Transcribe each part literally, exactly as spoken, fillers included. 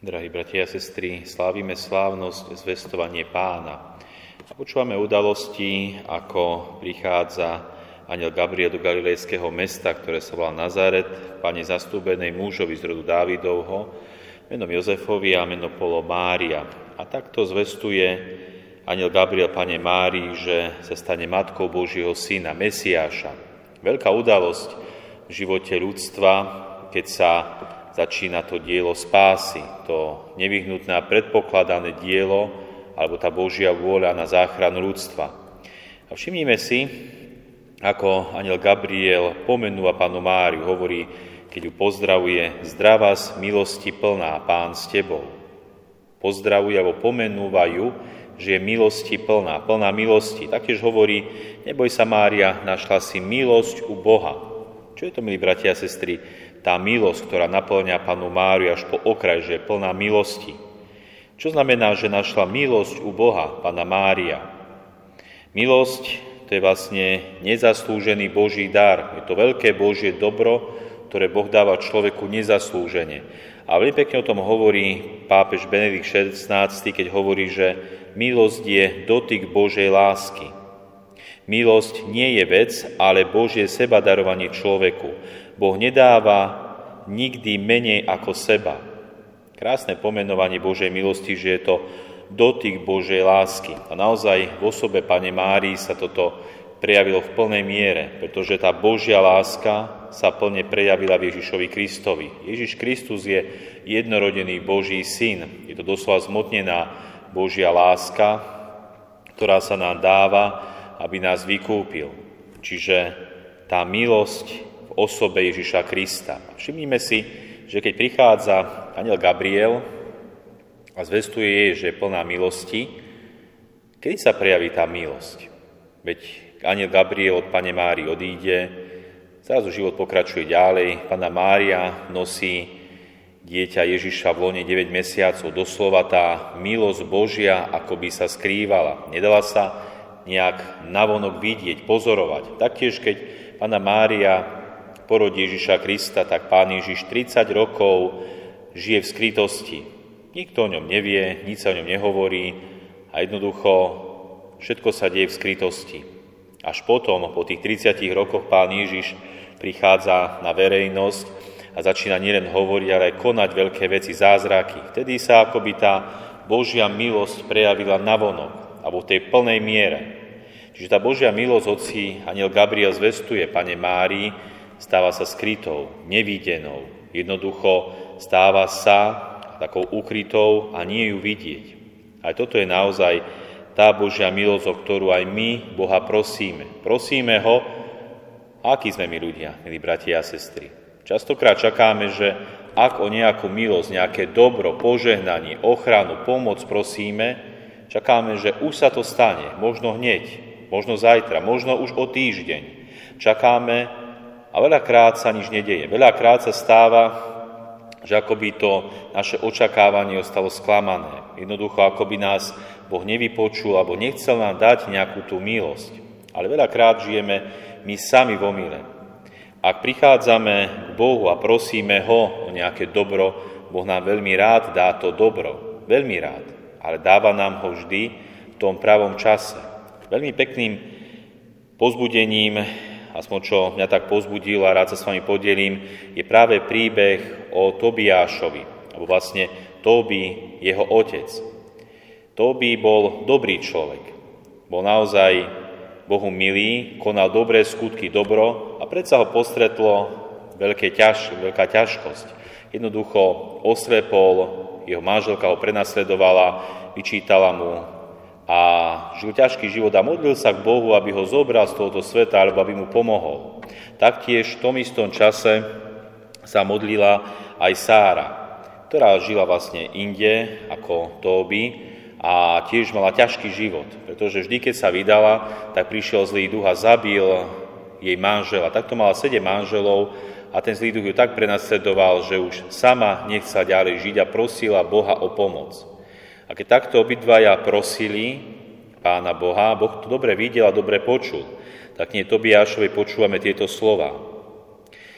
Drahí bratia a sestry, slávime slávnosť zvestovanie Pána. A počúvame udalosti, ako prichádza anjel Gabriel do galilejského mesta, ktoré sa volá Nazaret, Pane zastúbenej mužovi z rodu Dávidovho, menom Jozefovi a menom Polo Mária. A takto zvestuje anjel Gabriel Pane Márii, že sa stane matkou Božieho syna, Mesiáša. Veľká udalosť v živote ľudstva, keď sa začína to dielo spásy, to nevyhnutné a predpokladané dielo, alebo tá Božia vôľa na záchranu ľudstva. A všimnime si, ako anjel Gabriel pomenúva Pannu Máriu, hovorí, keď ju pozdravuje, zdravá z milosti plná, Pán s tebou. Pozdravuje alebo pomenúva ju, že je milosti plná, plná milosti. Taktiež hovorí, neboj sa Mária, našla si milosť u Boha. Čo je to, milí bratia a sestry? Tá milosť, ktorá naplňa Pannu Máriu až po okraj, že je plná milosti. Čo znamená, že našla milosť u Boha, Panna Mária? Milosť, to je vlastne nezaslúžený Boží dar. Je to veľké Božie dobro, ktoré Boh dáva človeku nezaslúžene. A veľmi pekne o tom hovorí pápež Benedikt šestnásty, keď hovorí, že milosť je dotyk Božej lásky. Milosť nie je vec, ale Božie sebadarovanie človeku. Boh nedáva nikdy menej ako seba. Krásne pomenovanie Božej milosti, že je to dotyk Božej lásky. A naozaj v osobe Panny Márii sa toto prejavilo v plnej miere, pretože tá Božia láska sa plne prejavila v Ježišovi Kristovi. Ježiš Kristus je jednorodený Boží syn. Je to doslova zmotnená Božia láska, ktorá sa nám dáva, aby nás vykúpil. Čiže tá milosť v osobe Ježiša Krista. Všimnime si, že keď prichádza anjel Gabriel a zvestuje jej, že je plná milosti, kedy sa prejaví tá milosť? Veď anjel Gabriel od Panny Márii odíde, zrazu život pokračuje ďalej, Panna Mária nosí dieťa Ježiša v lone deväť mesiacov, doslova tá milosť Božia akoby sa skrývala. Nedala sa nejak navonok vidieť, pozorovať. Taktiež, keď Panna Mária porodí Ježiša Krista, tak Pán Ježiš tridsať rokov žije v skrytosti. Nikto o ňom nevie, nič sa o ňom nehovorí a jednoducho všetko sa deje v skrytosti. Až potom, po tých tridsiatich rokoch, Pán Ježiš prichádza na verejnosť a začína nielen hovoriť, ale aj konať veľké veci, zázraky. Vtedy sa akoby tá Božia milosť prejavila navonok, alebo v tej plnej miere. Čiže tá Božia milosť, hoci anjel Gabriel zvestuje Panne Márii, stáva sa skrytou, nevidenou. Jednoducho stáva sa takou ukrytou a nie ju vidieť. Aj toto je naozaj tá Božia milosť, o ktorú aj my Boha prosíme. Prosíme ho, akí sme my ľudia, milí bratia a sestry. Častokrát čakáme, že ak o nejakú milosť, nejaké dobro, požehnanie, ochranu, pomoc prosíme, čakáme, že už sa to stane, možno hneď, možno zajtra, možno už o týždeň. Čakáme a veľakrát sa nič nedeje. Veľakrát sa stáva, že akoby to naše očakávanie ostalo sklamané. Jednoducho, akoby nás Boh nevypočul alebo nechcel nám dať nejakú tú milosť. Ale veľakrát žijeme my sami v omyle. Ak prichádzame k Bohu a prosíme ho o nejaké dobro, Boh nám veľmi rád dá to dobro. Veľmi rád. Ale dáva nám ho vždy v tom pravom čase. Veľmi pekným pozbudením, aspoň čo mňa tak pozbudilo a rád sa s vami podelím, je práve príbeh o Tobiášovi, alebo vlastne Tóbi, jeho otec. Tóbi bol dobrý človek, bol naozaj Bohu milý, konal dobré skutky, dobro a predsa ho postretlo veľké ťaž, veľká ťažkosť. Jednoducho oslepol, jeho manželka ho prenasledovala, vyčítala mu a žil ťažký život a modlil sa k Bohu, aby ho zobral z tohoto sveta, alebo aby mu pomohol. Taktiež v tom istom čase sa modlila aj Sára, ktorá žila vlastne inde ako Tóbi a tiež mala ťažký život, pretože vždy, keď sa vydala, tak prišiel zlý duch a zabil jej manžela. Takto mala sedem manželov a ten zlý duch ju tak prenasledoval, že už sama nechcela ďalej žiť a prosila Boha o pomoc. A keď takto obidvaja prosili Pána Boha, Boh to dobre videl a dobre počul. Tak nie Tobiášovi počúvame tieto slova. V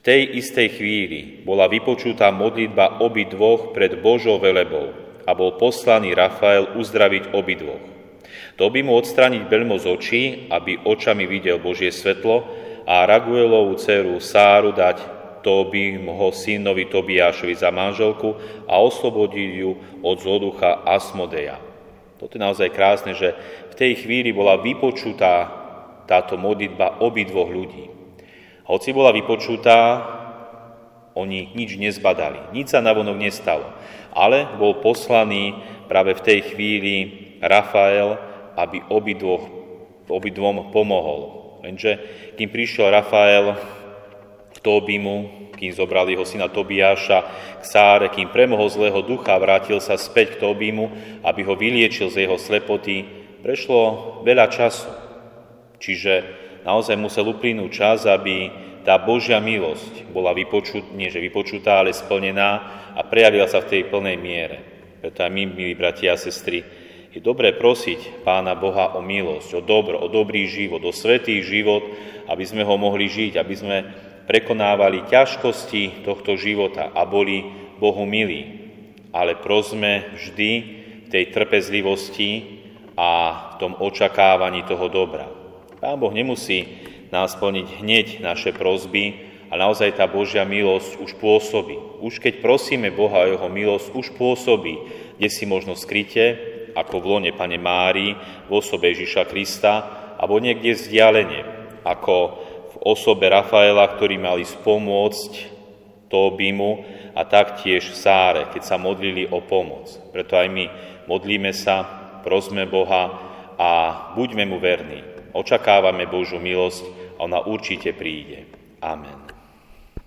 tej istej chvíli bola vypočutá modlitba obidvoch pred Božou velebou a bol poslaný Rafael uzdraviť obidvoch. To by mu odstrániť beľmo z očí, aby očami videl Božie svetlo a Raguelovú dceru Sáru dať Tóbimho synovi Tobiášovi za manželku a oslobodiť ju od zloducha Asmodeja. Toto je naozaj krásne, že v tej chvíli bola vypočutá táto modlitba obidvoch ľudí. Hoci bola vypočutá, oni nič nezbadali, nič sa navonok nestalo, ale bol poslaný práve v tej chvíli Rafael, aby obidvoch, obidvom pomohol. Lenže kým prišiel Rafael k Tóbimu, kým zobral jeho syna Tobiáša k Sáre, kým premohol zlého ducha a vrátil sa späť k Tóbimu, aby ho vyliečil z jeho slepoty, prešlo veľa času. Čiže naozaj musel uplynúť čas, aby tá Božia milosť bola vypočutá, nie že vypočutá, ale splnená a prejavila sa v tej plnej miere. Preto aj my, milí bratia a sestry, je dobré prosiť Pána Boha o milosť, o dobro, o dobrý život, o svätý život, aby sme ho mohli žiť, aby sme prekonávali ťažkosti tohto života a boli Bohu milí. Ale prosme vždy v tej trpezlivosti a v tom očakávaní toho dobra. Pán Boh nemusí nás splniť hneď naše prosby, ale naozaj tá Božia milosť už pôsobí. Už keď prosíme Boha o jeho milosť, už pôsobí, kde si možno skryte, ako v lone Pane Márii, v osobe Ježiša Krista, alebo niekde vzdialene, ako v osobe Rafaela, ktorý mal ísť pomôcť Tóbimu a taktiež Sáre, keď sa modlili o pomoc. Preto aj my modlíme sa, prosme Boha a buďme mu verní. Očakávame Božiu milosť a ona určite príde. Amen.